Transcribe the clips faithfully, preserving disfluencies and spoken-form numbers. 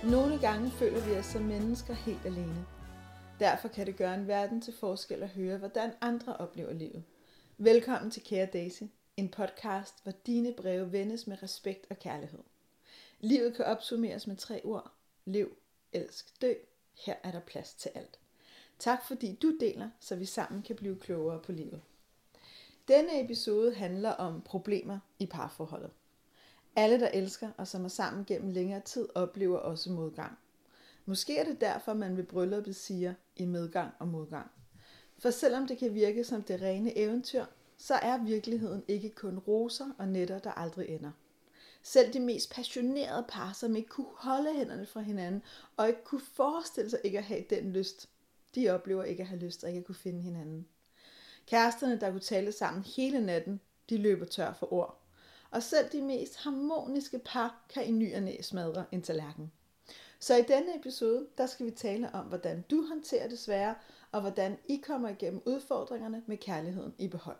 Nogle gange føler vi os som mennesker helt alene. Derfor kan det gøre en verden til forskel at høre, hvordan andre oplever livet. Velkommen til Kære Daisy, en podcast, hvor dine breve vendes med respekt og kærlighed. Livet kan opsummeres med tre ord. Lev, elsk, dø. Her er der plads til alt. Tak fordi du deler, så vi sammen kan blive klogere på livet. Denne episode handler om problemer i parforholdet. Alle, der elsker og som er sammen gennem længere tid, oplever også modgang. Måske er det derfor, man ved brylluppet siger i medgang og modgang. For selvom det kan virke som det rene eventyr, så er virkeligheden ikke kun roser og nætter, der aldrig ender. Selv de mest passionerede par, som ikke kunne holde hænderne fra hinanden og ikke kunne forestille sig ikke at have den lyst, de oplever ikke at have lyst og ikke at kunne finde hinanden. Kæresterne, der kunne tale sammen hele natten, de løber tør for ord. Og selv de mest harmoniske par kan i ny og næ smadre en tallerken. Så i denne episode, der skal vi tale om, hvordan du håndterer det svære, og hvordan I kommer igennem udfordringerne med kærligheden i behold.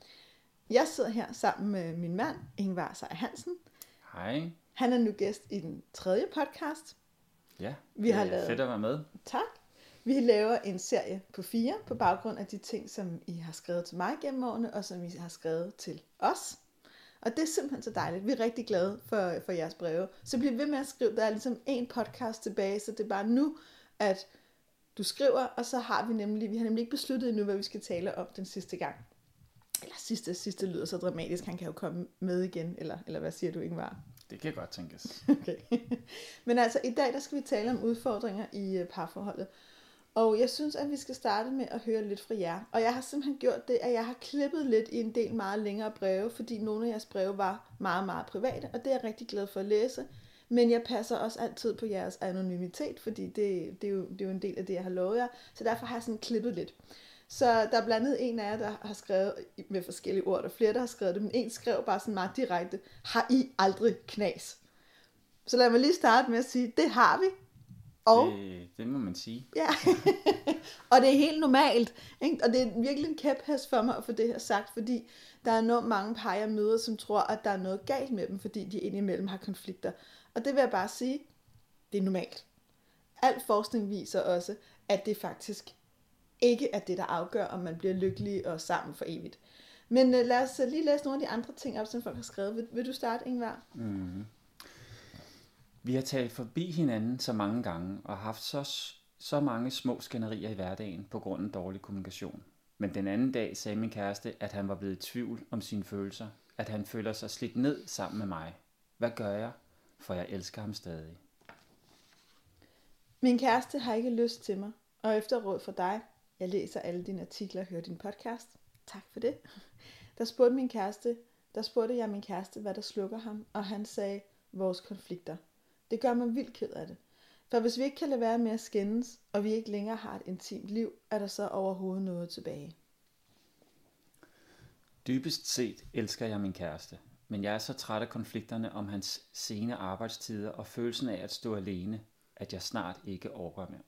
Jeg sidder her sammen med min mand, Ingvar Sejer Hansen. Hej. Han er nu gæst i den tredje podcast. Ja, vi det har er lavet... fedt at være med. Tak. Vi laver en serie på fire, på baggrund af de ting, som I har skrevet til mig gennem årene, og som I har skrevet til os. Og det er simpelthen så dejligt. Vi er rigtig glade for, for jeres breve. Så bliv ved med at skrive. Der er ligesom en podcast tilbage, så det er bare nu, at du skriver, og så har vi nemlig, vi har nemlig ikke besluttet endnu, hvad vi skal tale om den sidste gang. Eller sidste, sidste lyder så dramatisk, han kan jo komme med igen, eller, eller hvad siger du, Ingvar? Det kan godt tænkes. Okay. Men altså, i dag der skal vi tale om udfordringer i parforholdet. Og jeg synes, at vi skal starte med at høre lidt fra jer. Og jeg har simpelthen gjort det, at jeg har klippet lidt i en del meget længere breve, fordi nogle af jeres breve var meget, meget private, og det er jeg rigtig glad for at læse. Men jeg passer også altid på jeres anonymitet, fordi det, det, er, jo, det er jo en del af det, jeg har lovet jer. Så derfor har jeg sådan klippet lidt. Så der er blandt andet en af jer, der har skrevet med forskellige ord, og flere, der har skrevet det, men en skrev bare sådan meget direkte: har I aldrig knas? Så lad mig lige starte med at sige, det har vi. Og, det, det må man sige. Ja, og det er helt normalt, ikke? Og det er virkelig en kæphest for mig at få det her sagt, fordi der er enormt mange par, jeg møder, som tror, at der er noget galt med dem, fordi de indimellem har konflikter. Og det vil jeg bare sige, det er normalt. Al forskning viser også, at det faktisk ikke er det, der afgør, om man bliver lykkelig og sammen for evigt. Men uh, lad os lige læse nogle af de andre ting op, som folk har skrevet. Vil, vil du starte, Ingvar? Mm-hmm. Vi har talt forbi hinanden så mange gange og haft så, så mange små skænderier i hverdagen på grund af dårlig kommunikation. Men den anden dag sagde min kæreste, at han var blevet i tvivl om sine følelser, at han føler sig slidt ned sammen med mig. Hvad gør jeg? For jeg elsker ham stadig. Min kæreste har ikke lyst til mig, og efter råd fra dig, jeg læser alle dine artikler og hører din podcast. Tak for det. Der spurgte min kæreste, der spurgte jeg min kæreste, hvad der slukker ham, og han sagde, vores konflikter. Det gør mig vildt ked af det. For hvis vi ikke kan lade være med at skændes, og vi ikke længere har et intimt liv, er der så overhovedet noget tilbage. Dybest set elsker jeg min kæreste, men jeg er så træt af konflikterne om hans sene arbejdstider og følelsen af at stå alene, at jeg snart ikke orker mere.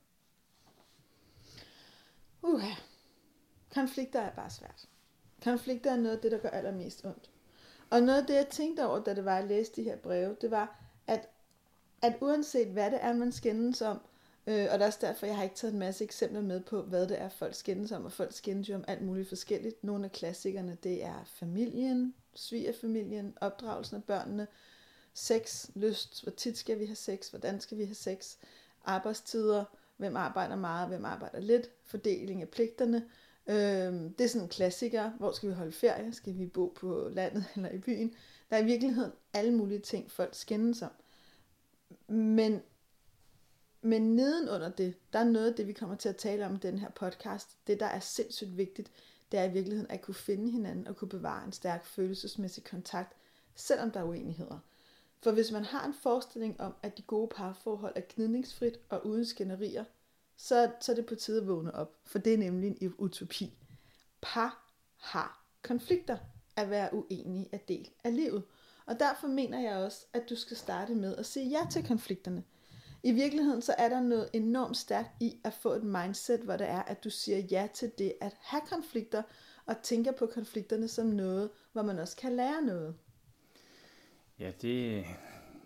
Uha. Konflikter er bare svært. Konflikter er noget af det, der gør allermest ondt. Og noget af det, jeg tænkte over, da det var, at læse de her breve, det var, at at uanset hvad det er, man skændes om, øh, og det er også derfor, jeg har ikke taget en masse eksempler med på, hvad det er, folk skændes om, og folk skændes jo om alt muligt forskelligt. Nogle af klassikerne, det er familien, svigerfamilien, opdragelsen af børnene, sex, lyst, hvor tit skal vi have sex, hvordan skal vi have sex, arbejdstider, hvem arbejder meget, hvem arbejder lidt, fordeling af pligterne. Øh, det er sådan en klassiker, hvor skal vi holde ferie, skal vi bo på landet eller i byen. Der er i virkeligheden alle mulige ting, folk skændes om. Men, men nedenunder det, der er noget af det, vi kommer til at tale om i den her podcast. Det, der er sindssygt vigtigt, det er i virkeligheden at kunne finde hinanden og kunne bevare en stærk følelsesmæssig kontakt, selvom der er uenigheder. For hvis man har en forestilling om, at de gode parforhold er gnidningsfrit og uden skænderier, så, så er det på tide at vågne op, for det er nemlig en utopi. Par har konflikter. At være uenige er del af livet. Og derfor mener jeg også, at du skal starte med at sige ja til konflikterne. I virkeligheden så er der noget enormt stærkt i at få et mindset, hvor det er, at du siger ja til det at have konflikter, og tænker på konflikterne som noget, hvor man også kan lære noget. Ja, det,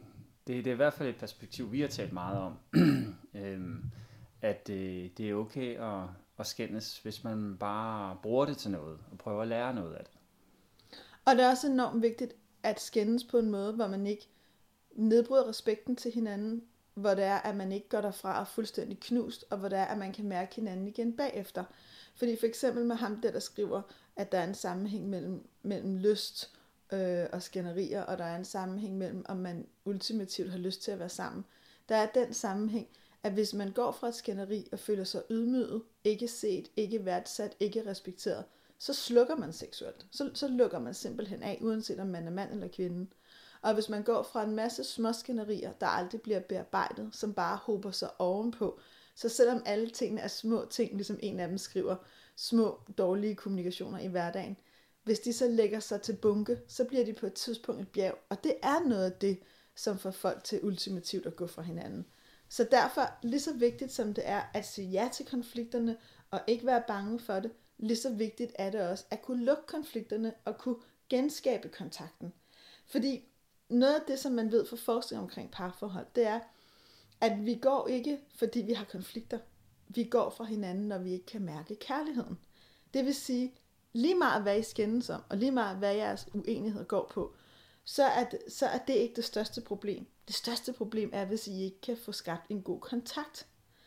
Det, det er i hvert fald et perspektiv, vi har talt meget om. øhm, at øh, det er okay at, at skændes, hvis man bare bruger det til noget, og prøver at lære noget af det. Og det er også enormt vigtigt at skændes på en måde, hvor man ikke nedbryder respekten til hinanden, hvor det er, at man ikke går derfra og fuldstændig knust, og hvor det er, at man kan mærke hinanden igen bagefter. Fordi for eksempel med ham der, der skriver, at der er en sammenhæng mellem, mellem lyst øh, og skænderier, og der er en sammenhæng mellem, om man ultimativt har lyst til at være sammen. Der er den sammenhæng, at hvis man går fra et skænderi og føler sig ydmyget, ikke set, ikke værdsat, ikke respekteret, så slukker man seksuelt. Så, så lukker man simpelthen af, uanset om man er mand eller kvinde. Og hvis man går fra en masse småskænderier, der aldrig bliver bearbejdet, som bare hober sig ovenpå, så selvom alle tingene er små ting, ligesom en af dem skriver, små dårlige kommunikationer i hverdagen, hvis de så lægger sig til bunke, så bliver de på et tidspunkt et bjerg. Og det er noget af det, som får folk til ultimativt at gå fra hinanden. Så derfor, lige så vigtigt som det er at sige ja til konflikterne, og ikke være bange for det, lige så vigtigt er det også at kunne lukke konflikterne og kunne genskabe kontakten. Fordi noget af det, som man ved fra forskning omkring parforhold, det er, at vi går ikke, fordi vi har konflikter. Vi går fra hinanden, når vi ikke kan mærke kærligheden. Det vil sige, lige meget hvad I skændes om, og lige meget hvad jeres uenighed går på, så er, det, så er det ikke det største problem. Det største problem er, hvis I ikke kan få skabt en god kontakt.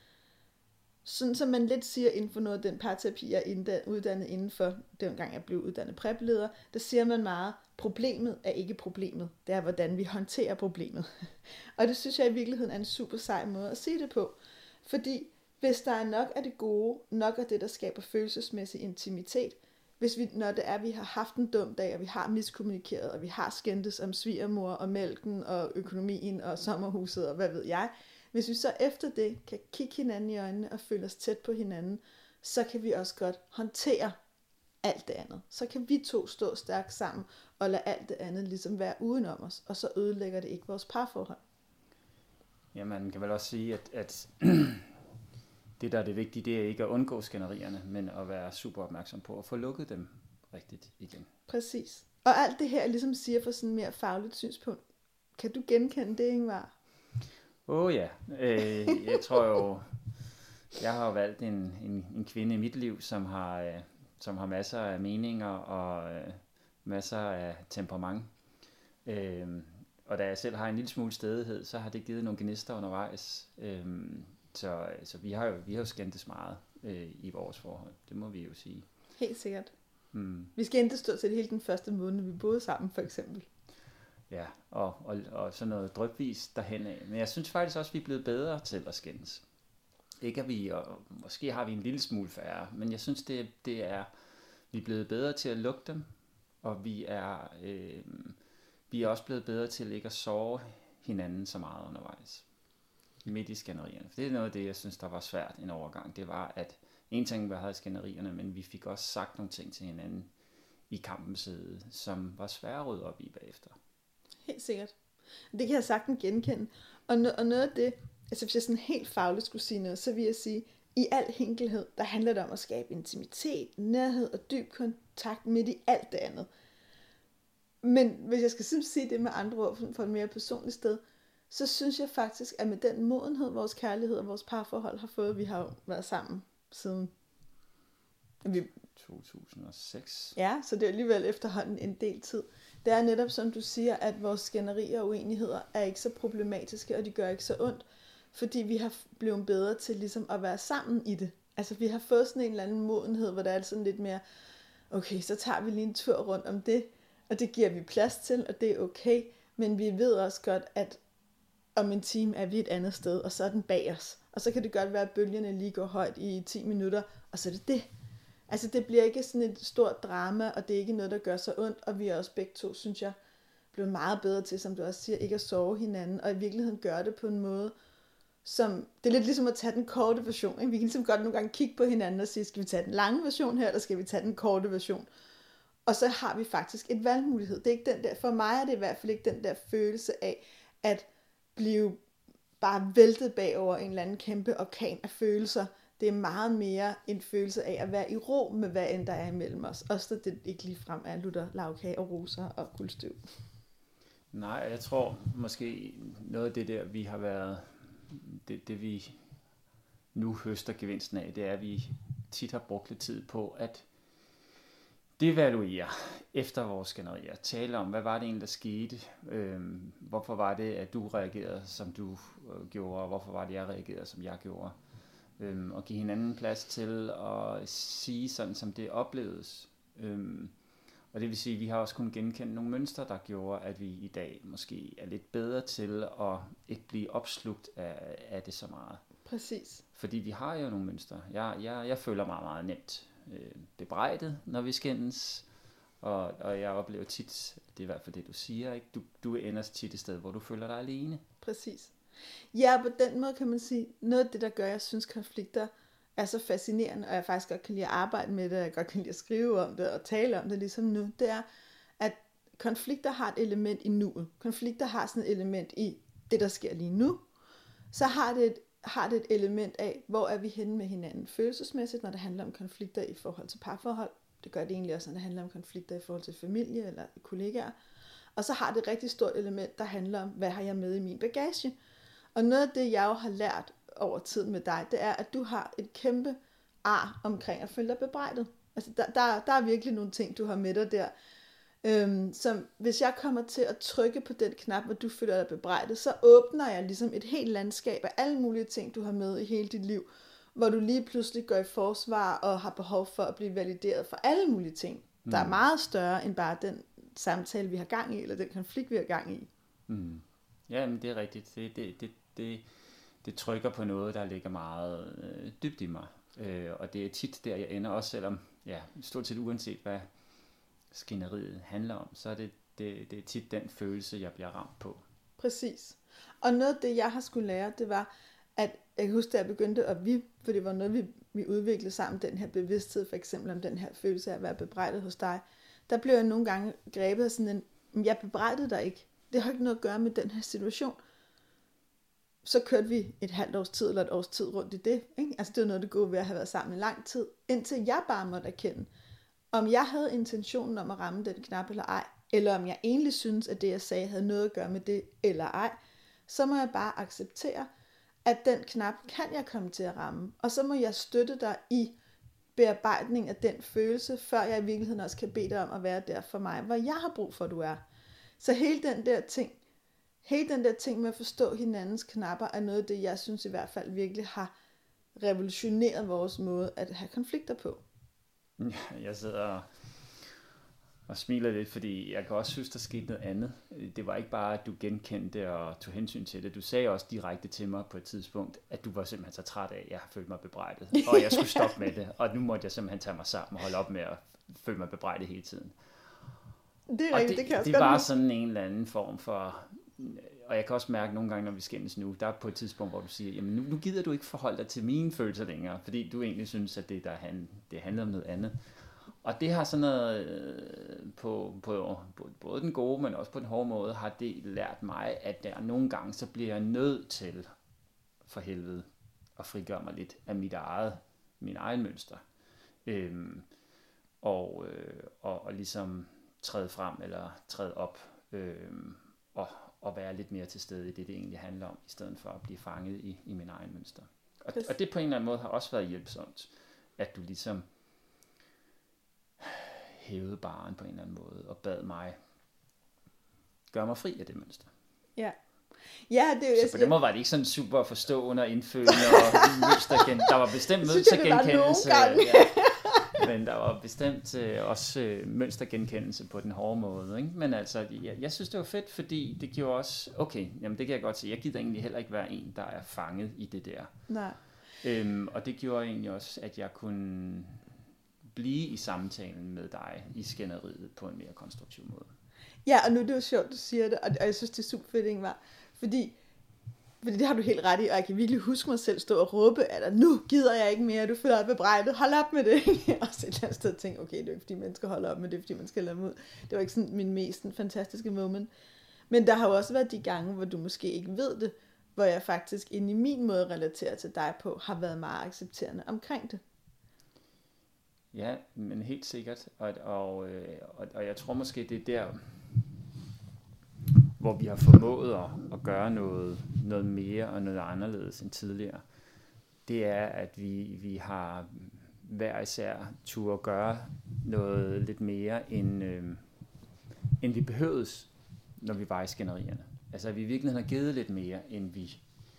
Sådan som man lidt siger inden for noget af den parterapi, jeg er uddannet inden for, den gang jeg blev uddannet præpleder, der siger man meget, problemet er ikke problemet. Det er, hvordan vi håndterer problemet. Og det synes jeg i virkeligheden er en super sej måde at sige det på. Fordi hvis der er nok af det gode, nok af det, der skaber følelsesmæssig intimitet, hvis vi, når det er, at vi har haft en dum dag, og vi har miskommunikeret, og vi har skændtes om svigermor og mælken og økonomien og sommerhuset og hvad ved jeg, hvis vi så efter det kan kigge hinanden i øjnene og føle os tæt på hinanden, så kan vi også godt håndtere alt det andet. Så kan vi to stå stærkt sammen og lade alt det andet ligesom være udenom os, og så ødelægger det ikke vores parforhold. Ja, man kan vel også sige, at, at det, der er det vigtige, det er ikke at undgå skænderierne, men at være super opmærksom på at få lukket dem rigtigt igen. Præcis. Og alt det her, jeg ligesom siger fra sådan en mere fagligt synspunkt, kan du genkende det, Ingvar? Åh oh, ja, øh, jeg tror jo, jeg har jo valgt en, en, en kvinde i mit liv, som har, øh, som har masser af meninger og øh, masser af temperament. Øh, og da jeg selv har en lille smule stædighed, så har det givet nogle gnister undervejs. Øh, så så vi har jo, vi har jo skændtes meget øh, i vores forhold, det må vi jo sige. Helt sikkert. Mm. Vi skændtes stort set hele den første måned, vi boede sammen for eksempel. Ja, og, og, og sådan noget drypvis derhen af. Men jeg synes faktisk også, at vi er blevet bedre til at skændes. Ikke at vi, og måske har vi en lille smule færre, men jeg synes, det, det er, vi er blevet bedre til at lukke dem, og vi er, øh, vi er også blevet bedre til ikke at såre hinanden så meget undervejs. Midt i skænderierne. For det er noget af det, jeg synes, der var svært en overgang. Det var, at en ting var at have skænderierne, men vi fik også sagt nogle ting til hinanden i kampens side, som var svære at rydde op i bagefter. Helt sikkert. Det kan jeg sagtens genkende. Og, no- og noget af det, altså hvis jeg sådan helt fagligt skulle sige noget, så vil jeg sige, i al enkelhed, der handler det om at skabe intimitet, nærhed og dyb kontakt midt i alt det andet. Men hvis jeg skal sige det med andre ord for et mere personligt sted, så synes jeg faktisk, at med den modenhed, vores kærlighed og vores parforhold har fået, vi har jo været sammen siden vi... to tusind og seks. Ja, så det er alligevel efterhånden en del tid. Det er netop som du siger, at vores skænderier og uenigheder er ikke så problematiske, og de gør ikke så ondt, fordi vi har blevet bedre til ligesom at være sammen i det. Altså vi har fået sådan en eller anden modenhed, hvor der er sådan lidt mere, okay, så tager vi lige en tur rundt om det, og det giver vi plads til, og det er okay, men vi ved også godt, at om en time er vi et andet sted, og så er den bag os. Og så kan det godt være, at bølgerne lige går højt i ti minutter, og så er det det. Altså det bliver ikke sådan et stort drama, og det er ikke noget, der gør så ondt, og vi er også begge to, synes jeg, blevet meget bedre til, som du også siger, ikke at sove hinanden, og i virkeligheden gøre det på en måde, som, det er lidt ligesom at tage den korte version, ikke? Vi kan ligesom godt nogle gange kigge på hinanden og sige, skal vi tage den lange version her, eller skal vi tage den korte version? Og så har vi faktisk et valgmulighed. Det er ikke den der, for mig er det i hvert fald ikke den der følelse af, at blive bare væltet bagover en eller anden kæmpe orkan af følelser. Det er meget mere en følelse af at være i ro med, hvad end der er imellem os. Også det ikke ligefrem er lutter lavkage og roser og guldstøv. Nej, jeg tror måske noget af det der, vi har været, det, det vi nu høster gevinsten af, det er, at vi tit har brugt lidt tid på at devaluere efter vores skænderier. Tale om, hvad var det egentlig, der skete? Øhm, hvorfor var det, at du reagerede, som du øh, gjorde? Og hvorfor var det, jeg reagerede, som jeg gjorde? Øhm, og give hinanden plads til at sige sådan, som det opleves. Øhm, og det vil sige, at vi har også kunnet genkende nogle mønstre, der gjorde, at vi i dag måske er lidt bedre til at ikke blive opslugt af, af det så meget. Præcis. Fordi vi har jo nogle mønstre. Jeg, jeg, jeg føler mig meget nemt øh, bebrejdet, når vi skændes. Og, og jeg oplever tit, det er i hvert fald det, du siger, ikke? Du, du ender tit et sted, hvor du føler dig alene. Præcis. Ja, på den måde kan man sige, noget af det, der gør, jeg synes, konflikter er så fascinerende, og jeg faktisk godt kan lide at arbejde med det, og jeg godt kan lide at skrive om det, og tale om det ligesom nu, det er, at konflikter har et element i nuet. Konflikter har sådan et element i det, der sker lige nu. Så har det et, har det et element af, hvor er vi henne med hinanden følelsesmæssigt, når det handler om konflikter i forhold til parforhold. Det gør det egentlig også, når det handler om konflikter i forhold til familie eller kollegaer. Og så har det et rigtig stort element, der handler om, hvad har jeg med i min bagage. Og noget af det, jeg jo har lært over tid med dig, det er, at du har et kæmpe ar omkring at føle dig bebrejdet. Altså, der, der, der er virkelig nogle ting, du har med dig der. Øhm, som hvis jeg kommer til at trykke på den knap, hvor du føler dig bebrejdet, så åbner jeg ligesom et helt landskab af alle mulige ting, du har med i hele dit liv, hvor du lige pludselig går i forsvar og har behov for at blive valideret for alle mulige ting, mm. der er meget større end bare den samtale, vi har gang i, eller den konflikt, vi har gang i. Mm. Ja, men det er rigtigt. Det, det, det, det, det trykker på noget, der ligger meget øh, dybt i mig. Øh, og det er tit der, jeg ender også, selvom, ja, stort set uanset hvad skænderiet handler om, så er det, det, det er tit den følelse, jeg bliver ramt på. Præcis. Og noget af det, jeg har skulle lære, det var, at jeg kan huske, da jeg begyndte at vi, for det var noget, vi, vi udviklede sammen, den her bevidsthed, for eksempel om den her følelse af at være bebrejdet hos dig, der blev jeg nogle gange grebet af sådan en, jeg bebrejdede dig ikke. Det har ikke noget at gøre med den her situation. Så kørte vi et halvt års tid, eller et års tid rundt i det. Ikke? Altså det var noget, det gode ved at have været sammen i lang tid, indtil jeg bare måtte erkende, om jeg havde intentionen om at ramme den knap eller ej, eller om jeg egentlig synes, at det, jeg sagde, havde noget at gøre med det eller ej, så må jeg bare acceptere, at den knap kan jeg komme til at ramme. Og så må jeg støtte dig i bearbejdning af den følelse, før jeg i virkeligheden også kan bede dig om at være der for mig, hvor jeg har brug for, at du er. Så hele den der ting, hele den der ting med at forstå hinandens knapper, er noget af det, jeg synes i hvert fald virkelig har revolutioneret vores måde at have konflikter på. Jeg sidder og, og smiler lidt, fordi jeg kan også synes, der skete noget andet. Det var ikke bare, at du genkendte og tog hensyn til det. Du sagde også direkte til mig på et tidspunkt, at du var simpelthen så træt af, at jeg følte mig bebrejdet, og jeg skulle stoppe med det. Og nu måtte jeg simpelthen tage mig sammen og holde op med at føle mig bebrejdet hele tiden. Det er rigtigt, det, det kan jeg også det godt var lide. sådan en eller anden form for... Og jeg kan også mærke nogle gange, når vi skændes nu, der er på et tidspunkt, hvor du siger, jamen nu, nu gider du ikke forholde dig til mine følelser længere, fordi du egentlig synes, at det, der hand, det handler om noget andet. Og det har sådan noget, øh, på, på, på både den gode, men også på den hårde måde, har det lært mig, at der nogle gange, så bliver jeg nødt til, for helvede, at frigøre mig lidt af mit eget, min egen mønster. Øhm, og, øh, og, og ligesom træde frem, eller træde op, øh, og og være lidt mere til stede i det, det egentlig handler om, i stedet for at blive fanget i, i min egen mønster. Og, og det på en eller anden måde har også været hjælpsomt, at du ligesom hævede barren på en eller anden måde, og bad mig gøre mig fri af det mønster. Ja. Ja, det er jo, så på den måde var det ikke sådan super forstående og indfølende og mønstergenkendelse. Der var bestemt mønstergenkendelse. Men der var bestemt øh, også øh, mønstergenkendelse på den hårde måde. Ikke? Men altså, jeg, jeg synes, det var fedt, fordi det gjorde også, okay, jamen det kan jeg godt se, jeg gider egentlig heller ikke være en, der er fanget i det der. Nej. Øhm, og det gjorde egentlig også, at jeg kunne blive i samtalen med dig i skænderiet på en mere konstruktiv måde. Ja, og nu er det jo sjovt, du siger det, og jeg synes, det er super fedt, Ingvar, fordi Fordi det har du helt ret i, og jeg kan virkelig huske mig selv stå og råbe, at nu gider jeg ikke mere, du føler dig bebrejdet, hold op med det. Og så et eller andet sted tænke, okay, det er jo ikke fordi mennesker holder op med det, fordi man skal lade dem ud. Det var ikke sådan min mest sådan, fantastiske moment. Men der har jo også været de gange, hvor du måske ikke ved det, hvor jeg faktisk inde i min måde at relatere til dig på, har været meget accepterende omkring det. Ja, men helt sikkert, og, og, og, og jeg tror måske, det er der, hvor vi har formået at, at gøre noget, noget mere og noget anderledes end tidligere, det er, at vi, vi har hver især turde at gøre noget lidt mere, end, øh, end vi behøvedes, når vi var i skænderierne. Altså, at vi i virkeligheden har givet lidt mere, end vi,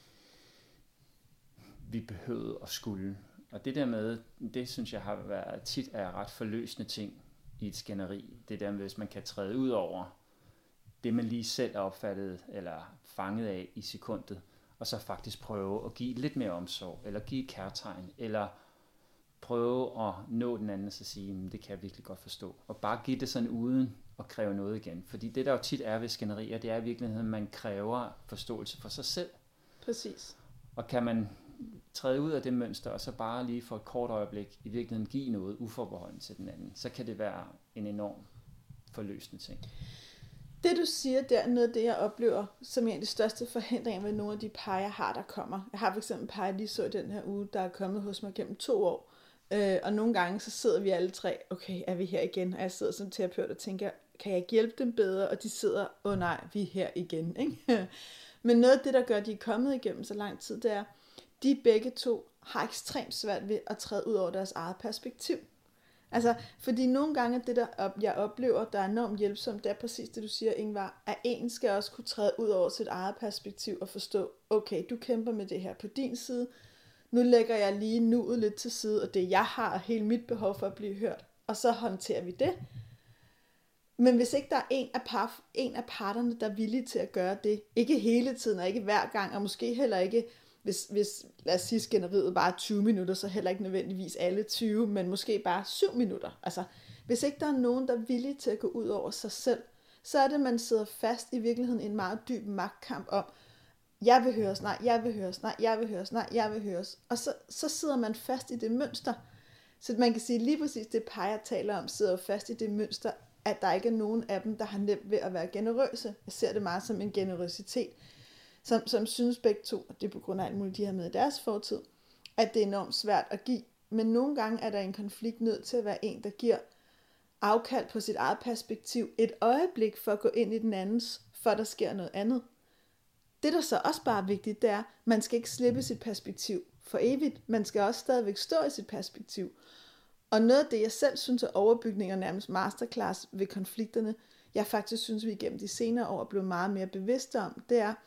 vi behøvede at skulle. Og det der med, det synes jeg har været tit er ret forløsende ting i et skænderi. Det der med, hvis man kan træde ud over det, man lige selv er opfattet eller fanget af i sekundet, og så faktisk prøve at give lidt mere omsorg, eller give et kærtegn, eller prøve at nå den anden og så sige, det kan jeg virkelig godt forstå. Og bare give det sådan uden at kræve noget igen. Fordi det der jo tit er ved skænderier, det er i virkeligheden, at man kræver forståelse for sig selv. Præcis. Og kan man træde ud af det mønster, og så bare lige for et kort øjeblik i virkeligheden give noget uforbeholdent til den anden, så kan det være en enorm forløsende ting. Det du siger der, noget af det jeg oplever som en af de største forhindringer med nogle af de par jeg har, der kommer. Jeg har for eksempel par, jeg lige så den her uge, der er kommet hos mig gennem to år. Øh, og nogle gange så sidder vi alle tre, okay, er vi her igen? Og jeg sidder som terapeut og tænker, kan jeg ikke hjælpe dem bedre? Og de sidder, åh oh, nej, vi er her igen. Ikke? Men noget af det, der gør, at de er kommet igennem så lang tid, det er, de begge to har ekstremt svært ved at træde ud over deres eget perspektiv. Altså, fordi nogle gange det, der op, jeg oplever, der er enormt hjælpsomt, det er præcis det, du siger, Ingvar, at en skal også kunne træde ud over sit eget perspektiv og forstå, okay, du kæmper med det her på din side, nu lægger jeg lige nuet lidt til side, og det jeg har, hele mit behov for at blive hørt, og så håndterer vi det. Men hvis ikke der er en af, par, en af parterne, der er villig til at gøre det, ikke hele tiden og ikke hver gang, og måske heller ikke, hvis, hvis lad os sige, skænderiet bare tyve minutter, så heller ikke nødvendigvis alle tyve, men måske bare syv minutter. Altså, hvis ikke der er nogen, der er villig til at gå ud over sig selv, så er det, man sidder fast i virkeligheden i en meget dyb magtkamp om, jeg vil høres, nej, jeg vil høres, nej, jeg vil høres, nej, jeg vil høres. Og så, så sidder man fast i det mønster. Så man kan sige, lige præcis det par, jeg taler om, sidder jo fast i det mønster, at der ikke er nogen af dem, der har nemt ved at være generøse. Jeg ser det meget som en generøsitet, som, som synes begge to, og det er på grund af alt muligt, de har med i deres fortid, at det er enormt svært at give. Men nogle gange er der en konflikt nødt til at være en, der giver afkald på sit eget perspektiv et øjeblik for at gå ind i den andens, for der sker noget andet. Det, der så også bare er vigtigt, det er, at man skal ikke slippe sit perspektiv for evigt. Man skal også stadigvæk stå i sit perspektiv. Og noget af det, jeg selv synes er overbygning og nærmest masterclass ved konflikterne, jeg faktisk synes, vi igennem de senere år er blevet meget mere bevidste om, det er,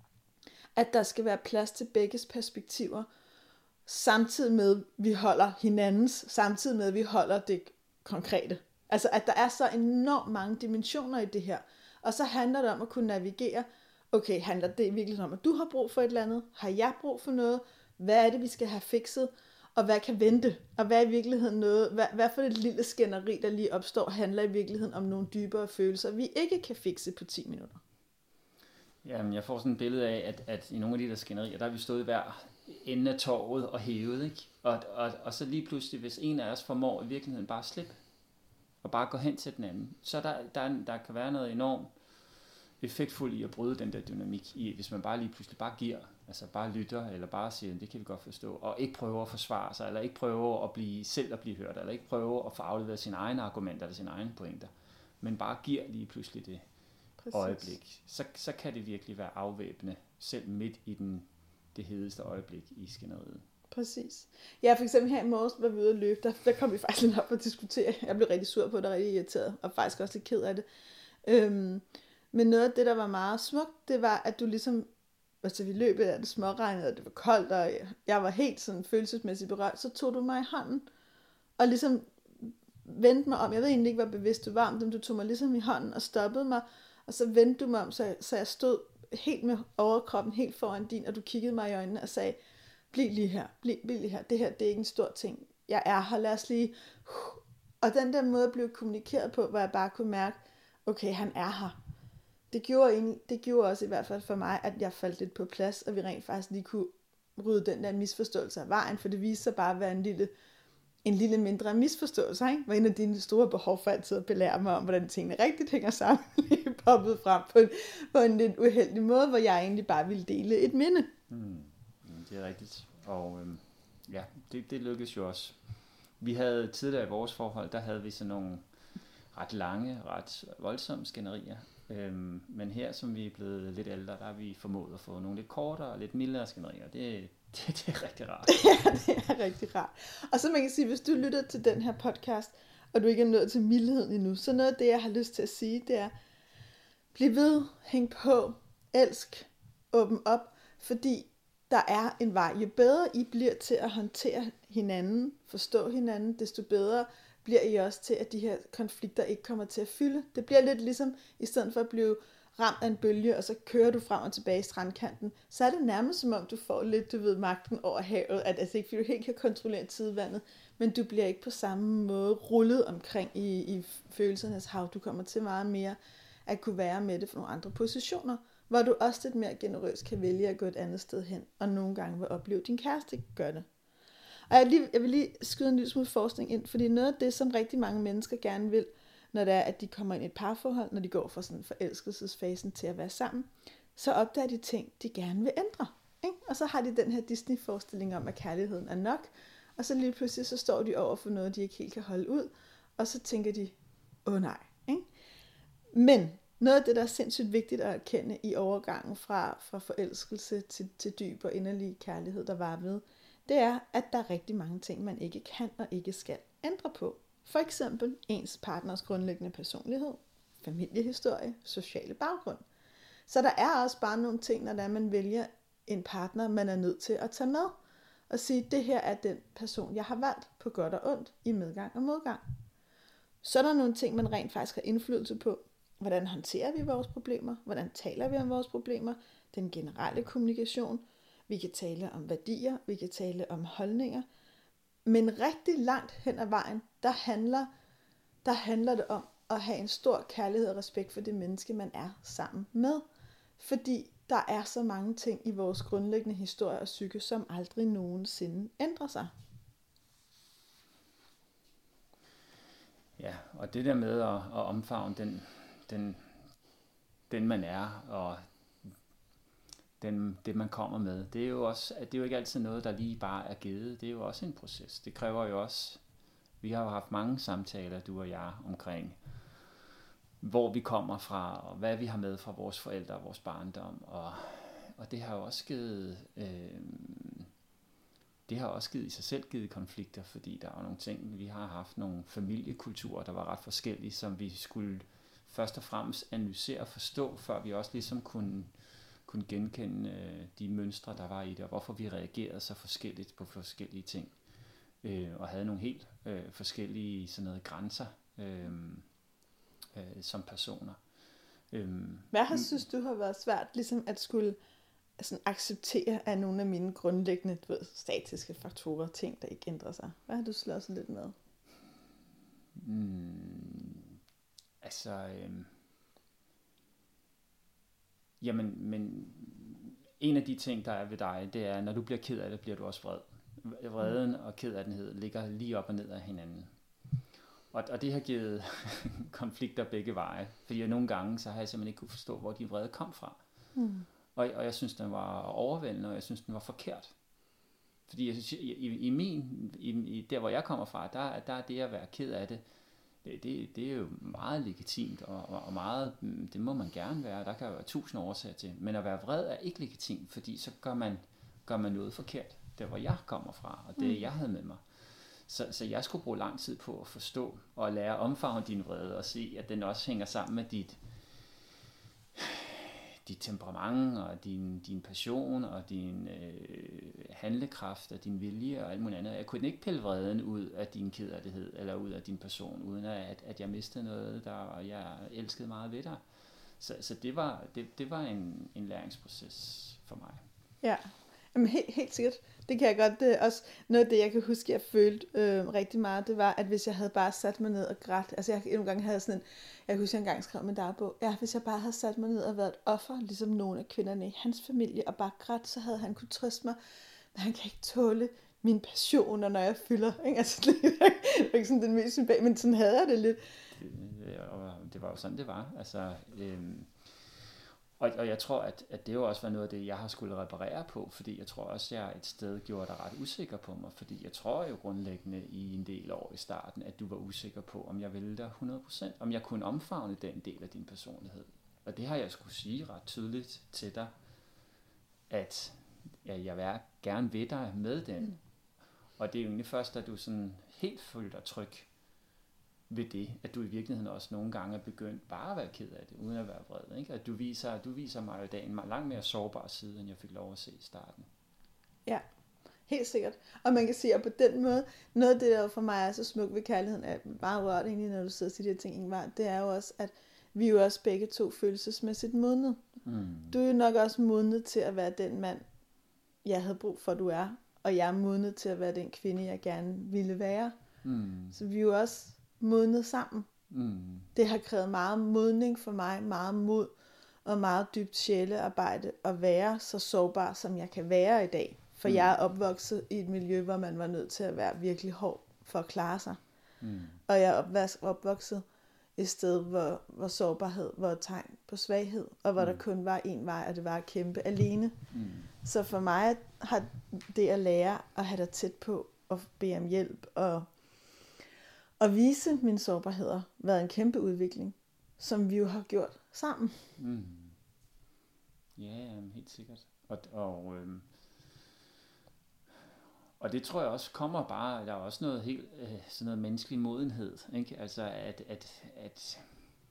at der skal være plads til begges perspektiver, samtidig med, at vi holder hinandens, samtidig med, at vi holder det konkrete. Altså, at der er så enormt mange dimensioner i det her. Og så handler det om at kunne navigere. Okay, handler det i virkeligheden om, at du har brug for et eller andet? Har jeg brug for noget? Hvad er det, vi skal have fikset? Og hvad kan vente? Og hvad er i virkeligheden noget? Hvad, hvad for et lille skænderi, der lige opstår, handler i virkeligheden om nogle dybere følelser, vi ikke kan fikse på ti minutter? Jamen, jeg får sådan et billede af, at, at i nogle af de der skænderier, der har vi stået hver ende af torvet og hævet, ikke? Og, og, og så lige pludselig, hvis en af os formår i virkeligheden bare at slippe, og bare gå hen til den anden, så der, der, der kan være noget enormt effektfuldt i at bryde den der dynamik i, hvis man bare lige pludselig bare giver, altså bare lytter, eller bare siger, det kan vi godt forstå, og ikke prøver at forsvare sig, eller ikke prøver at blive selv at blive hørt, eller ikke prøver at få afleveret sine egne argumenter, eller sine egne pointer, men bare giver lige pludselig det Præcis. øjeblik, så, så kan det virkelig være afvæbnende, selv midt i den, det hedeste øjeblik i skænderiet. Præcis. Ja, for eksempel her i morges var vi ude at løbe, der, der kom vi faktisk lidt op og diskutere. Jeg blev rigtig sur på det, og rigtig irriteret, og faktisk også lidt ked af det. Øhm, men noget af det, der var meget smukt, det var, at du ligesom, altså vi løb af det småregnede, og det var koldt, og jeg var helt sådan følelsesmæssigt berørt, så tog du mig i hånden, og ligesom vendte mig om. Jeg ved egentlig ikke, hvor bevidst du var om dem. Du tog mig ligesom i hånden og stoppede mig, og så vendte du mig om, så, så jeg stod helt med overkroppen helt foran din, og du kiggede mig i øjnene og sagde, bliv lige her, bliv, bliv lige her, det her, det er ikke en stor ting. Jeg er her, lad os lige... Og den der måde at blive kommunikeret på, hvor jeg bare kunne mærke, okay, han er her. Det gjorde, en, det gjorde også i hvert fald for mig, at jeg faldt lidt på plads, og vi rent faktisk lige kunne rydde den der misforståelse af vejen, for det viste sig bare at være en lille, en lille mindre misforståelse, ikke? Hvor en af dine store behov for altid at belære mig om, hvordan tingene rigtigt hænger sammen, lige poppet frem på en, på en lidt uheldig måde, hvor jeg egentlig bare ville dele et minde. Hmm. Det er rigtigt, og øhm, ja, det, det lykkedes jo også. Vi havde tidligere i vores forhold, der havde vi sådan nogle ret lange, ret voldsomme skænderier, Øhm, men her, som vi er blevet lidt ældre, der er vi formået at få nogle lidt kortere og lidt mildere skænderier. Det, det, det er rigtig rart. Ja, det er rigtig rart. Og så man kan sige, hvis du lytter til den her podcast, og du ikke er nået til mildheden endnu, så noget af det, jeg har lyst til at sige, det er, bliv ved, hæng på, elsk, åbn op, fordi der er en vej. Jo bedre I bliver til at håndtere hinanden, forstå hinanden, desto bedre bliver I også til, at de her konflikter ikke kommer til at fylde. Det bliver lidt ligesom, i stedet for at blive ramt af en bølge, og så kører du frem og tilbage i strandkanten, så er det nærmest som om, du får lidt, du ved, magten over havet, at altså ikke, fordi du helt kan kontrollere tidevandet, men du bliver ikke på samme måde rullet omkring i, i følelsernes hav. Du kommer til meget mere at kunne være med det for nogle andre positioner, hvor du også lidt mere generøst kan vælge at gå et andet sted hen, og nogle gange vil opleve, at din kæreste gør det. Og jeg, lige, jeg vil lige skyde en lille smule forskning ind, fordi noget af det, som rigtig mange mennesker gerne vil, når det er, at de kommer ind i et parforhold, når de går fra sådan forelskelsesfasen til at være sammen, så opdager de ting, de gerne vil ændre. Ikke? Og så har de den her Disney-forestilling om, at kærligheden er nok, og så lige pludselig så står de over for noget, de ikke helt kan holde ud, og så tænker de, åh nej. Ikke? Men noget af det, der er sindssygt vigtigt at erkende i overgangen fra, fra forelskelse til, til dyb og inderlig kærlighed, der var ved, det er, at der er rigtig mange ting, man ikke kan og ikke skal ændre på. For eksempel ens partners grundlæggende personlighed, familiehistorie, sociale baggrund. Så der er også bare nogle ting, når man vælger en partner, man er nødt til at tage med. Og sige, det her er den person, jeg har valgt på godt og ondt, i medgang og modgang. Så er der nogle ting, man rent faktisk har indflydelse på. Hvordan håndterer vi vores problemer? Hvordan taler vi om vores problemer? Den generelle kommunikation. Vi kan tale om værdier, vi kan tale om holdninger. Men rigtig langt hen ad vejen, der handler, der handler det om at have en stor kærlighed og respekt for det menneske, man er sammen med. Fordi der er så mange ting i vores grundlæggende historie og psyke, som aldrig nogensinde ændrer sig. Ja, og det der med at, at omfavne den, den, den man er, og den, det man kommer med, det er jo også, det er jo ikke altid noget, der lige bare er givet. Det er jo også en proces. Det kræver jo også, vi har jo haft mange samtaler, du og jeg, omkring, hvor vi kommer fra, og hvad vi har med fra vores forældre og vores barndom, og, og det har jo også givet, øh, det har også givet i sig selv givet konflikter, fordi der er nogle ting, vi har haft nogle familiekulturer, der var ret forskellige, som vi skulle først og fremmest analysere og forstå, før vi også ligesom kunne, kunne genkende øh, de mønstre, der var i det, og hvorfor vi reagerede så forskelligt på forskellige ting, øh, og havde nogle helt øh, forskellige sådan noget, grænser øh, øh, som personer. Øh, Hvad har synes du har været svært, ligesom at skulle sådan acceptere af nogle af mine grundlæggende, du ved, statiske faktorer, ting, der ikke ændrer sig? Hvad har du slået lidt med? Mm, altså, øh, jamen, men en af de ting, der er ved dig, det er, når du bliver ked af det, bliver du også vred. Vreden og kedadenhed ligger lige op og ned af hinanden. Og, og det har givet konflikter begge veje, fordi jeg nogle gange, så har jeg simpelthen ikke kunne forstå, hvor de vrede kom fra. Mm. Og, og jeg synes, den var overvældende, og jeg synes, den var forkert. Fordi jeg synes, i, i min, i, i der hvor jeg kommer fra, der, der er det at være ked af det, det, det, det er jo meget legitimt, og, og meget, det må man gerne være, der kan jo være tusind årsager til. Men at være vred er ikke legitimt, fordi så gør man, gør man noget forkert, der hvor jeg kommer fra, og det mm. jeg havde med mig. Så, så jeg skulle bruge lang tid på at forstå og lære at omfavne din vrede, og se, at den også hænger sammen med dit, dit temperament, og din, din passion, og din øh, handlekraft, og din vilje, og alt muligt andet. Jeg kunne ikke pille vreden ud af din kederlighed, eller ud af din person, uden at, at jeg mistede noget, der jeg elskede meget ved dig. Så, så det var, det, det var en, en læringsproces for mig. Ja, jamen helt, helt sikkert. Det kan jeg godt, det også noget af det, jeg kan huske, jeg følte øh, rigtig meget, det var, at hvis jeg havde bare sat mig ned og grædt, altså jeg nogle gange havde sådan en, jeg kan huske, jeg engang skrev min dagbog, ja, hvis jeg bare havde sat mig ned og været et offer, ligesom nogle af kvinderne i hans familie, og bare grædt, så havde han kunne trøste mig, men han kan ikke tåle mine passioner, når jeg fylder, ikke? Altså, det er ikke sådan den mest sympati, men sådan havde jeg det lidt. Det, og det var jo sådan, det var, altså... Øhm Og, og jeg tror, at, at det jo også var noget af det, jeg har skulle reparere på, fordi jeg tror også, at jeg et sted gjorde dig ret usikker på mig, fordi jeg tror jo grundlæggende i en del år i starten, at du var usikker på, om jeg ville dig hundrede procent, om jeg kunne omfavne den del af din personlighed. og det har jeg skulle sige ret tydeligt til dig, at ja, jeg vil gerne ved dig med den. Mm. Og det er jo egentlig først, at du sådan helt føler dig tryg ved det, at du i virkeligheden også nogle gange er begyndt bare at være ked af det, uden at være vred. Ikke? At du viser, du viser mig i dag en langt mere sårbar side, end jeg fik lov at se i starten. Ja, helt sikkert. Og man kan sige, at på den måde, noget af det, der for mig er så smukt ved kærligheden, er meget rørt egentlig, når du sidder og siger de her ting, Ingvar, det er jo også, at vi er jo også begge to følelsesmæssigt modnet. Mm. Du er jo nok også modnet til at være den mand, jeg havde brug for, du er. Og jeg er modnet til at være den kvinde, jeg gerne ville være. Mm. Så vi er jo også modnet sammen. Mm. Det har krævet meget modning for mig, meget mod og meget dybt sjælearbejde at være så sårbar, som jeg kan være i dag. For mm. jeg er opvokset i et miljø, hvor man var nødt til at være virkelig hård for at klare sig. Mm. Og jeg er opvokset et sted, hvor, hvor sårbarhed var et tegn på svaghed, og hvor mm. der kun var en vej, og det var at kæmpe alene. Mm. Så for mig har det at lære at have dig tæt på, og bede om hjælp, og, og vise mine sårbarheder, været en kæmpe udvikling, som vi jo har gjort sammen. Mm. Ja, helt sikkert. Og, og, øhm, og det tror jeg også kommer bare, der er også noget helt, øh, sådan noget menneskelig modenhed, ikke? Altså at, at, at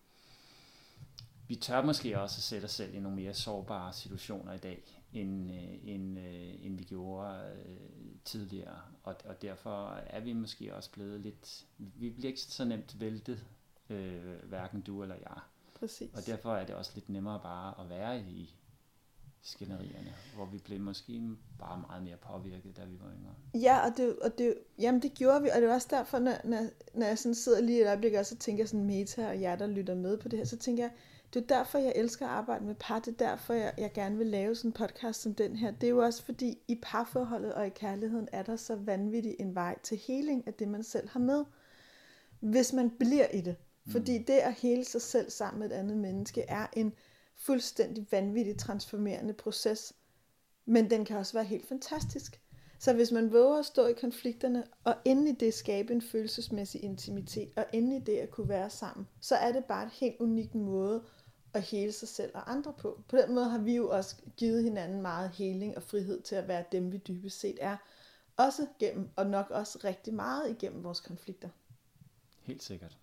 vi tør måske også at sætte os selv i nogle mere sårbare situationer i dag, end, øh, end, øh, end vi gjorde øh, tidligere. Og, og derfor er vi måske også blevet lidt, vi bliver ikke så nemt væltet, øh, hverken du eller jeg. Præcis. Og derfor er det også lidt nemmere bare at være i skænderierne, hvor vi blev måske bare meget mere påvirket, da vi var yngre. Ja, og det, og det, jamen det gjorde vi, og det er også derfor, når, når, når jeg sådan sidder lige et øjeblik, og så tænker jeg sådan Meta og jer, der lytter med på det her, så tænker jeg, det er derfor, jeg elsker at arbejde med par, det er derfor, jeg, jeg gerne vil lave sådan en podcast som den her. Det er jo også fordi, i parforholdet og i kærligheden, er der så vanvittig en vej til heling af det, man selv har med, hvis man bliver i det. Fordi det at hele sig selv sammen med et andet menneske, er en fuldstændig vanvittig transformerende proces, men den kan også være helt fantastisk. Så hvis man våger at stå i konflikterne, og inde i det skabe en følelsesmæssig intimitet, og inde i det at kunne være sammen, så er det bare et helt unikt måde at hele sig selv og andre på. På den måde har vi jo også givet hinanden meget heling og frihed til at være dem, vi dybest set er. Også gennem, og nok også rigtig meget igennem vores konflikter. Helt sikkert.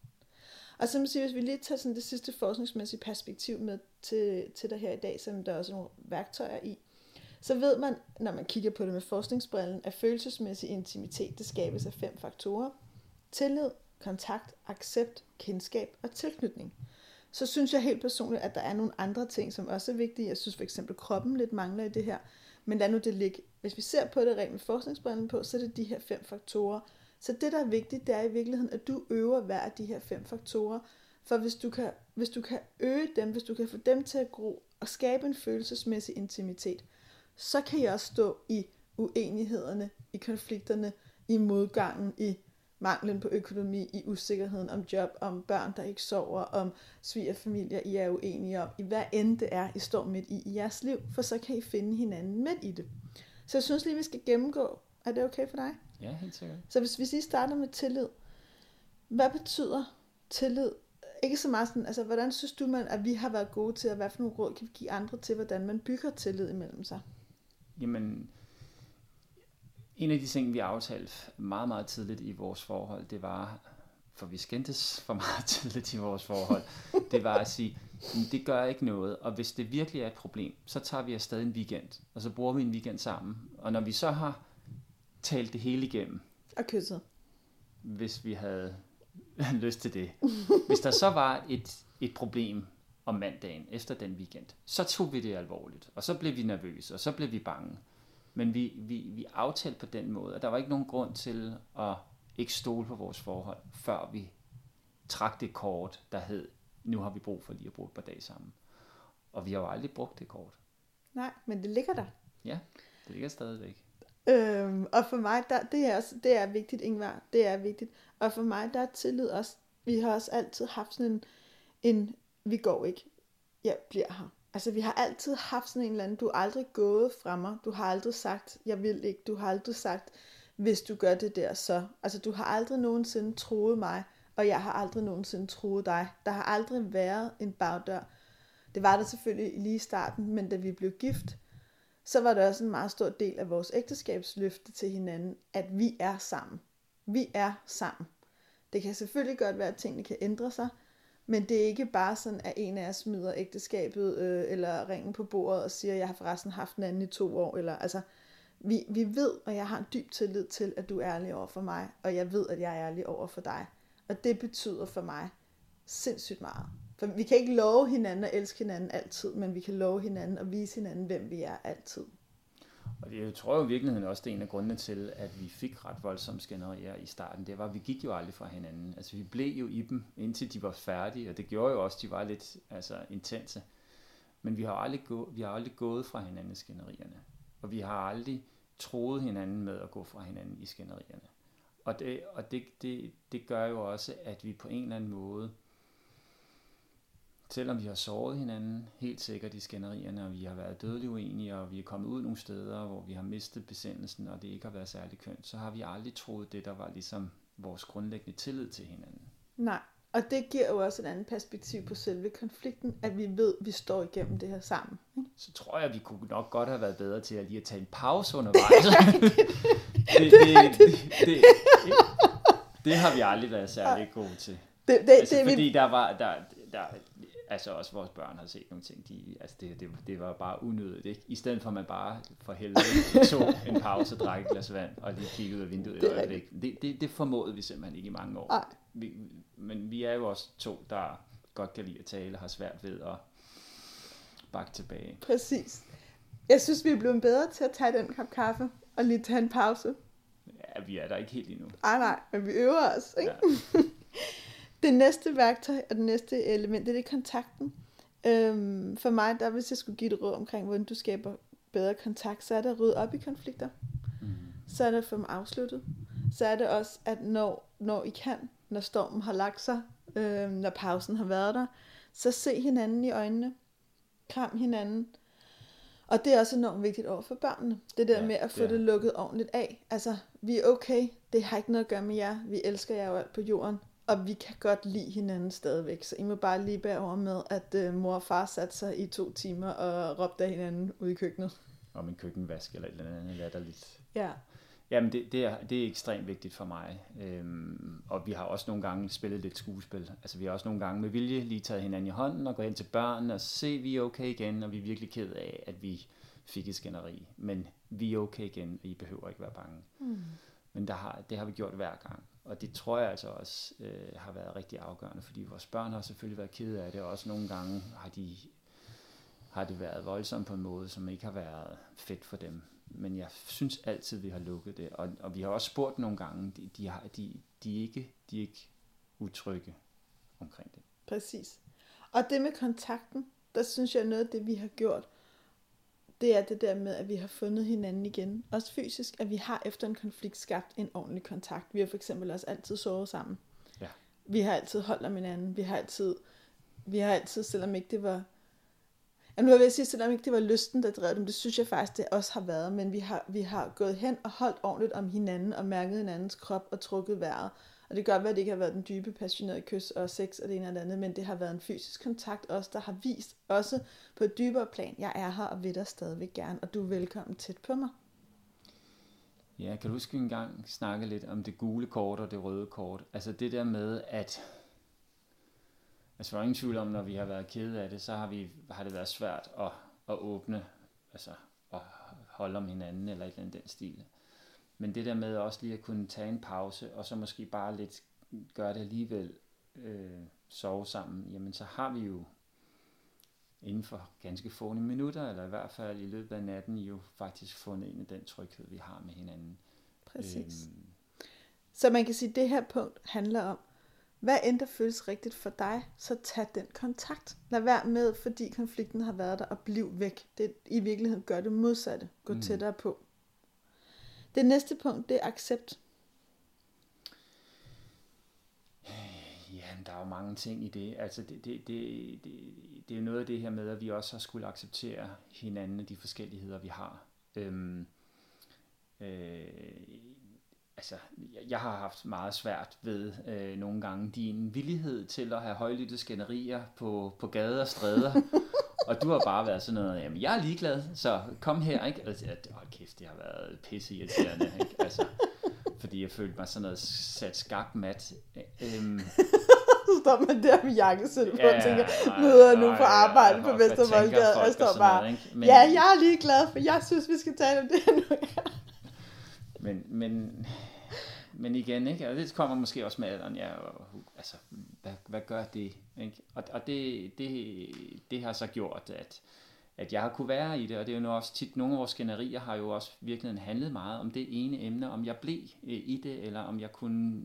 Og som siger, hvis vi lige tager sådan det sidste forskningsmæssige perspektiv med til, til dig her i dag, som der er også nogle værktøjer i, så ved man, når man kigger på det med forskningsbrillen, at følelsesmæssig intimitet, det skabes af fem faktorer. Tillid, kontakt, accept, kendskab og tilknytning. Så synes jeg helt personligt, at der er nogle andre ting, som også er vigtige. Jeg synes for eksempel, kroppen lidt mangler i det her. Men lad nu det ligge. Hvis vi ser på det rent med forskningsbrillen på, så er det de her fem faktorer. Så det, der er vigtigt, det er i virkeligheden, at du øver hver af de her fem faktorer. For hvis du kan, hvis du kan øge dem, hvis du kan få dem til at gro og skabe en følelsesmæssig intimitet, så kan I også stå i uenighederne, i konflikterne, i modgangen, i manglen på økonomi, i usikkerheden om job, om børn, der ikke sover, om svigerfamilier, I er uenige om, i hvad end det er, I står midt i i jeres liv, for så kan I finde hinanden midt i det. Så jeg synes lige, vi skal gennemgå. Er det okay for dig? Ja, helt sikkert. Så hvis vi lige starter med tillid. Hvad betyder tillid? Ikke så meget sådan, altså hvordan synes du, man, at vi har været gode til, at hvad for nogle råd kan vi give andre til, hvordan man bygger tillid imellem sig? Jamen, en af de ting, vi aftalte meget, meget tidligt i vores forhold, det var, for vi skændtes for meget tidligt i vores forhold, det var at sige, det gør ikke noget, og hvis det virkelig er et problem, så tager vi afsted en weekend, og så bruger vi en weekend sammen. Og når vi så har talt det hele igennem, og kysset, hvis vi havde lyst til det, hvis der så var et, et problem om mandagen efter den weekend, så tog vi det alvorligt, og så blev vi nervøse, og så blev vi bange. Men vi, vi, vi aftalte på den måde, og der var ikke nogen grund til at ikke stole på vores forhold, før vi trak det kort, der hed, nu har vi brug for lige at bruge et par dage sammen. Og vi har jo aldrig brugt det kort. Nej, men det ligger der. Ja, det ligger stadigvæk. Øhm, og for mig, der, det, er også, det er vigtigt, Ingvar, det er vigtigt. Og for mig, der er tillid også, vi har også altid haft sådan en, en vi går ikke, jeg bliver her. Altså vi har altid haft sådan en eller anden, du er aldrig gået fra mig, du har aldrig sagt, jeg vil ikke, du har aldrig sagt, hvis du gør det der, så. Altså du har aldrig nogensinde troet mig, og jeg har aldrig nogensinde troet dig. Der har aldrig været en bagdør. Det var der selvfølgelig lige i starten, men da vi blev gift, så var det også en meget stor del af vores ægteskabsløfte til hinanden, at vi er sammen. Vi er sammen. Det kan selvfølgelig godt være, at tingene kan ændre sig, men det er ikke bare sådan, at en af os smider ægteskabet øh, eller ringen på bordet og siger, at jeg har forresten haft en anden i to år. Eller, altså, vi, vi ved, og jeg har en dyb tillid til, at du er ærlig over for mig, og jeg ved, at jeg er ærlig over for dig. Og det betyder for mig sindssygt meget. For vi kan ikke love hinanden at elske hinanden altid, men vi kan love hinanden at vise hinanden, hvem vi er altid. Og det jeg tror jo i virkeligheden også, det er en af grundene til, at vi fik ret voldsomme skænderier i starten. Det var, at vi gik jo aldrig fra hinanden. Altså vi blev jo i dem, indtil de var færdige, og det gjorde jo også, at de var lidt altså, intense. Men vi har aldrig, gå, vi har aldrig gået fra hinanden i skænderierne. Og vi har aldrig troet hinanden med at gå fra hinanden i skænderierne. Og, det, og det, det, det gør jo også, at vi på en eller anden måde, selvom vi har såret hinanden helt sikkert i skænderierne, og vi har været dødeligt uenige, og vi er kommet ud nogle steder, hvor vi har mistet besindelsen, og det ikke har været særlig kønt, så har vi aldrig troet det, der var ligesom vores grundlæggende tillid til hinanden. Nej, og det giver jo også et andet perspektiv på selve konflikten, at vi ved, at vi står igennem det her sammen. Ikke? Så tror jeg, at vi kunne nok godt have været bedre til at lige at tage en pause undervejs. det, det, det, det, det, det, det har vi aldrig været særlig gode til. Det, det, altså, det, fordi vi... der var... Der, der, altså også vores børn har set nogle ting, de, altså det, det, det var bare unødigt, ikke? I stedet for at man bare for helvede tog en pause, drak et glas vand, og lige kiggede ud af vinduet et øjeblik. Det, det, det formåede vi simpelthen ikke i mange år. Vi, men vi er jo også to, der godt kan lide at tale, har svært ved at bakke tilbage. Præcis. Jeg synes, vi er blevet bedre til at tage den kop kaffe, og lige tage en pause. Ja, vi er der ikke helt endnu. Ej, nej, men vi øver os, ikke? Ja. Det næste værktøj og det næste element, det er det kontakten. Øhm, for mig, der hvis jeg skulle give et råd omkring, hvordan du skaber bedre kontakt, så er det at rydde op i konflikter. Mm. Så er det at få dem afsluttet. Så er det også, at når, når I kan, når stormen har lagt sig, øh, når pausen har været der, så se hinanden i øjnene. Kram hinanden. Og det er også enormt vigtigt over for børnene. Det der ja, med at få det, det lukket ordentligt af. Altså, vi er okay. Det har ikke noget at gøre med jer. Vi elsker jer jo alt på jorden. Og vi kan godt lide hinanden stadigvæk. Så I må bare lige bære over med, at øh, mor og far satte sig i to timer og råbte af hinanden ude i køkkenet. Om en køkkenvask eller et eller andet latterligt. Ja. Jamen, det, det, er, det er ekstremt vigtigt for mig. Øhm, og vi har også nogle gange spillet lidt skuespil. Altså vi har også nogle gange med vilje lige taget hinanden i hånden og gået hen til børnene og se, vi er okay igen, og vi er virkelig ked af, at vi fik et skænderi. Men vi er okay igen, og I behøver ikke være bange. Mm. Men der har, det har vi gjort hver gang. Og det tror jeg altså også øh, har været rigtig afgørende, fordi vores børn har selvfølgelig været kede af det, og også nogle gange har, de, har det været voldsomt på en måde, som ikke har været fedt for dem. Men jeg synes altid, vi har lukket det, og, og vi har også spurgt nogle gange, de, de, har, de, de, er ikke, de er ikke utrygge omkring det. Præcis. Og det med kontakten, der synes jeg noget af det, vi har gjort, det er det der med, at vi har fundet hinanden igen. Også fysisk, at vi har efter en konflikt skabt en ordentlig kontakt. Vi har for eksempel også altid sovet sammen. Ja. Vi har altid holdt om hinanden. Vi har altid, vi har altid, selvom ikke det var... Jamen, nu vil jeg sige, selvom ikke det var lysten, der drev dem, det synes jeg faktisk, det også har været. Men vi har, vi har gået hen og holdt ordentligt om hinanden, og mærket hinandens krop og trukket vejret. Og det kan godt være, at det ikke har været den dybe, passionerede kys og sex og det ene og det andet, men det har været en fysisk kontakt også, der har vist også på et dybere plan, jeg er her og vil dig stadigvæk gerne, og du er velkommen tæt på mig. Ja, kan du huske en gang snakke lidt om det gule kort og det røde kort? Altså det der med, at altså for ingen tvivl om, når vi har været kede af det, så har, vi, har det været svært at, at åbne, altså at holde om hinanden eller et eller andet den stil. Men det der med også lige at kunne tage en pause, og så måske bare lidt gøre det alligevel, øh, sove sammen, jamen så har vi jo inden for ganske få minutter, eller i hvert fald i løbet af natten, jo faktisk fundet ind i den tryghed, vi har med hinanden. Præcis. Øhm. Så man kan sige, at det her punkt handler om, hvad end der føles rigtigt for dig, så tag den kontakt. Lad være med, fordi konflikten har været der, og bliv væk. Det i virkeligheden gør det modsatte. Gå mm. tættere på. Det næste punkt, det er accept. Ja, der er jo mange ting i det. Altså det, det, det, det, det er jo noget af det her med, at vi også har skulle acceptere hinanden og de forskelligheder, vi har. Øhm, øh, altså, jeg har haft meget svært ved øh, nogle gange din villighed til at have højlydte skænderier på, på gader og stræder, Og du har bare været sådan noget, jamen jeg er ligeglad, så kom her, ikke? Og jeg, hold kæft, det har været pisse irriterende, ikke? Altså, fordi jeg følte mig sådan noget sat skakmat. Øhm, så står man der med jakkesæt på ja, og tænker, nej, møder nu nej, på arbejde nej, på hvad Vestervoldgade, tænker og jeg folk står og sådan bare, noget, ikke? Men- ja, jeg er ligeglad, for jeg synes, vi skal tale om det her nu. Men, men, men igen, ikke? Og det kommer måske også med alderen, ja, og, altså, hvad, hvad gør det? Ikke? Og, og det, det, det har så gjort, at, at jeg har kunne være i det, og det er jo nu også tit, nogle af vores skænderier har jo også virkelig handlet meget om det ene emne, om jeg blev i det, eller om jeg kunne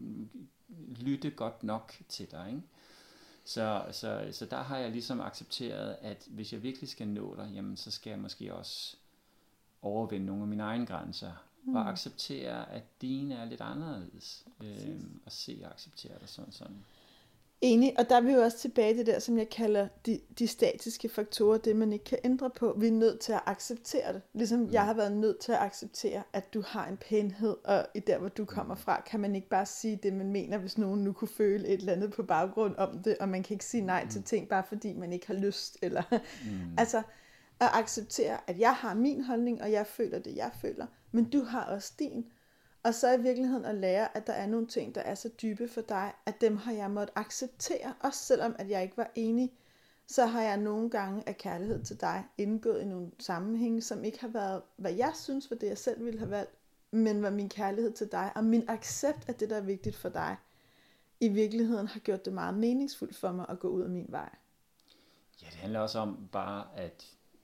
lytte godt nok til dig, ikke? Så, så, så der har jeg ligesom accepteret, at hvis jeg virkelig skal nå dig, jamen, så skal jeg måske også overvinde nogle af mine egne grænser, mm. og acceptere, at dine er lidt anderledes, øhm, og se og acceptere det sådan sådan. Enig, og der er vi jo også tilbage til det der, som jeg kalder de, de statiske faktorer, det man ikke kan ændre på. Vi er nødt til at acceptere det. Ligesom mm. jeg har været nødt til at acceptere, at du har en pænhed, og i der, hvor du kommer fra, kan man ikke bare sige det, man mener, hvis nogen nu kunne føle et eller andet på baggrund om det, og man kan ikke sige nej mm. til ting, bare fordi man ikke har lyst. Eller mm. altså at acceptere, at jeg har min holdning, og jeg føler det, jeg føler, men du har også din. Og så i virkeligheden at lære, at der er nogle ting, der er så dybe for dig, at dem har jeg måttet acceptere, også selvom at jeg ikke var enig, så har jeg nogle gange af kærlighed til dig indgået i nogle sammenhænge, som ikke har været, hvad jeg synes var det, jeg selv ville have valgt, men var min kærlighed til dig, og min accept af det, der er vigtigt for dig, i virkeligheden har gjort det meget meningsfuldt for mig at gå ud af min vej. Ja, det handler også om bare, at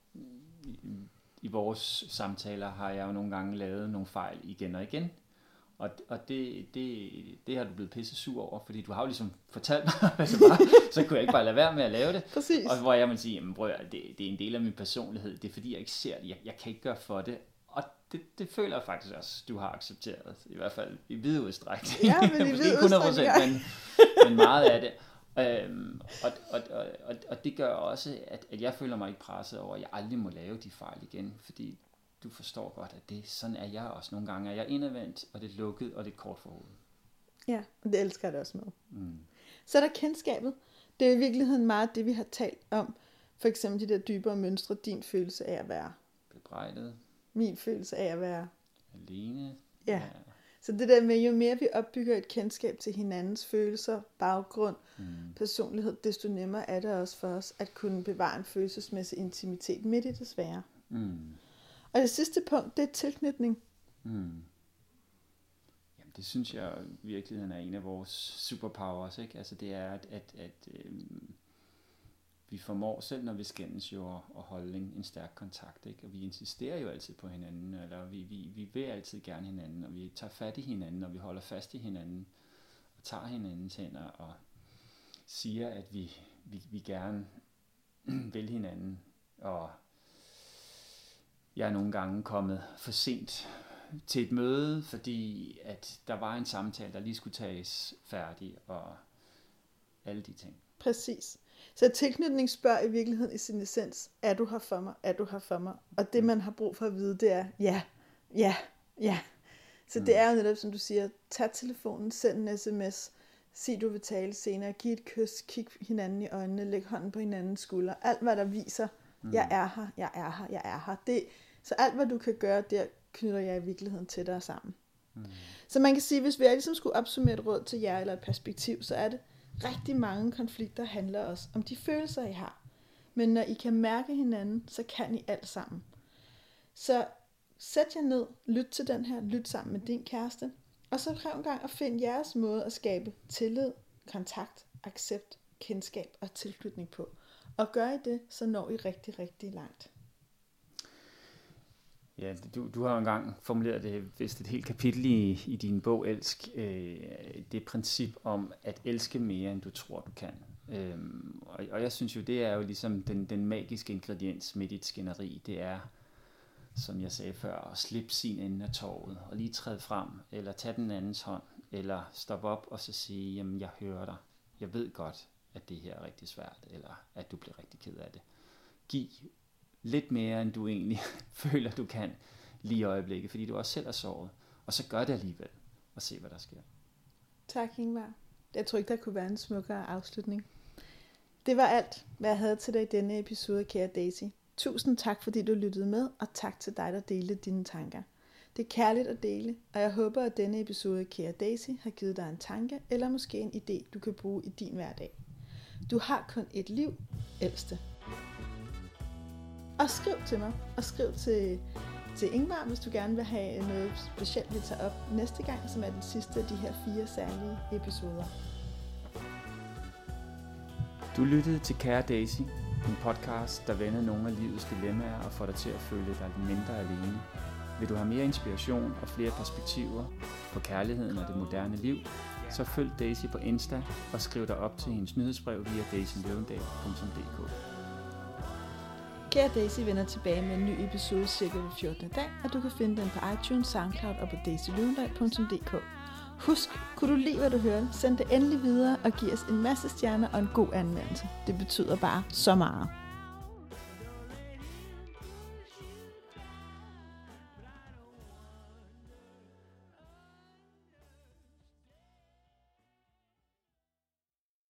i, i vores samtaler har jeg jo nogle gange lavet nogle fejl igen og igen. Og, og det, det, det har du blevet pisse sur over, fordi du har jo ligesom fortalt mig, hvad det var, så kunne jeg ikke bare lade være med at lave det. Præcis. Og hvor jeg må sige, jamen bror, det, det er en del af min personlighed, det er fordi jeg ikke ser det, jeg, jeg kan ikke gøre for det. Og det, det føler jeg faktisk også, du har accepteret, i hvert fald i vid udstrækning. Ja, men i vid udstrækning, ja. men, men meget af det. Øhm, og, og, og, og det gør også, at, at jeg føler mig ikke presset over, at jeg aldrig må lave de fejl igen, fordi du forstår godt, at det, sådan er jeg også nogle gange. Er jeg indadvendt, og det er lukket, og det er kort for hovedet. Ja, og det elsker jeg det også med. Mm. Så er der kendskabet. Det er i virkeligheden meget det, vi har talt om. For eksempel de der dybere mønstre. Din følelse af at være bebrejdet. Min følelse af at være alene. Ja. ja. Så det der med, jo mere vi opbygger et kendskab til hinandens følelser, baggrund, mm. personlighed, desto nemmere er det også for os at kunne bevare en følelsesmæssig intimitet midt i det svære. Mm. Og det sidste punkt, det er tilknytning. Mm. Jamen, det synes jeg virkelig er en af vores superpowers, ikke? Altså det er, at, at, at øhm, vi formår selv, når vi skændes jo, at holde en, en stærk kontakt, ikke? Og vi insisterer jo altid på hinanden, eller vi, vi, vi vil altid gerne hinanden, og vi tager fat i hinanden, og vi holder fast i hinanden, og tager hinandens hænder, og siger, at vi, vi, vi gerne vil hinanden, og jeg er nogle gange kommet for sent til et møde, fordi at der var en samtale, der lige skulle tages færdig, og alle de ting. Præcis. Så tilknytning spørger i virkeligheden i sin essens, er du her for mig, er du her for mig? Og det man har brug for at vide, det er, ja, ja, ja. Så mm. det er jo netop, som du siger, tag telefonen, send en sms, sig du vil tale senere, giv et kys, kig hinanden i øjnene, læg hånden på hinandens skulder. Alt hvad der viser, mm. jeg er her, jeg er her, jeg er her. Det, så alt hvad du kan gøre, der knytter jeg i virkeligheden tættere sammen. Mm. Så man kan sige, hvis vi ligesom skulle opsummere et råd til jer, eller et perspektiv, så er det, rigtig mange konflikter handler også om de følelser, I har. Men når I kan mærke hinanden, så kan I alt sammen. Så sæt jer ned, lyt til den her, lyt sammen med din kæreste, og så prøv en gang at finde jeres måde at skabe tillid, kontakt, accept, kendskab og tilknytning på. Og gør I det, så når I rigtig, rigtig langt. Ja, du, du har jo engang formuleret det, vist et helt kapitel i, i din bog, Elsk, øh, det princip om at elske mere, end du tror, du kan. Øhm, og, og jeg synes jo, det er jo ligesom den, den magiske ingrediens midt i et skænderi, det er, som jeg sagde før, at slippe sin ende af torvet, og lige træde frem, eller tage den andens hånd, eller stoppe op og så sige, jamen jeg hører dig, jeg ved godt, at det her er rigtig svært, eller at du bliver rigtig ked af det. Giv lidt mere, end du egentlig føler, du kan lige i øjeblikket, fordi du også selv er såret. Og så gør det alligevel, og se, hvad der sker. Tak, Ingvar. Jeg tror ikke, der kunne være en smukkere afslutning. Det var alt, hvad jeg havde til dig i denne episode, kære Daisy. Tusind tak, fordi du lyttede med, og tak til dig, der delte dine tanker. Det er kærligt at dele, og jeg håber, at denne episode, kære Daisy, har givet dig en tanke, eller måske en idé, du kan bruge i din hverdag. Du har kun et liv, ældste. Og skriv til mig, og skriv til, til Ingmar, hvis du gerne vil have noget specielt, vi tager op næste gang, som er den sidste af de her fire særlige episoder. Du lyttede til Kære Daisy, en podcast, der vender nogle af livets dilemmaer og får dig til at føle dig mindre alene. Vil du have mere inspiration og flere perspektiver på kærligheden og det moderne liv, så følg Daisy på Insta og skriv dig op til hendes nyhedsbrev via daisy løvendal punktum d k. Kære Daisy vender tilbage med en ny episode cirka hver fjortende dag, og du kan finde den på iTunes, SoundCloud og på daisy løvendal punktum d k. Husk, kunne du lide, hvad du hørte, send det endelig videre og giv os en masse stjerner og en god anmeldelse. Det betyder bare så meget.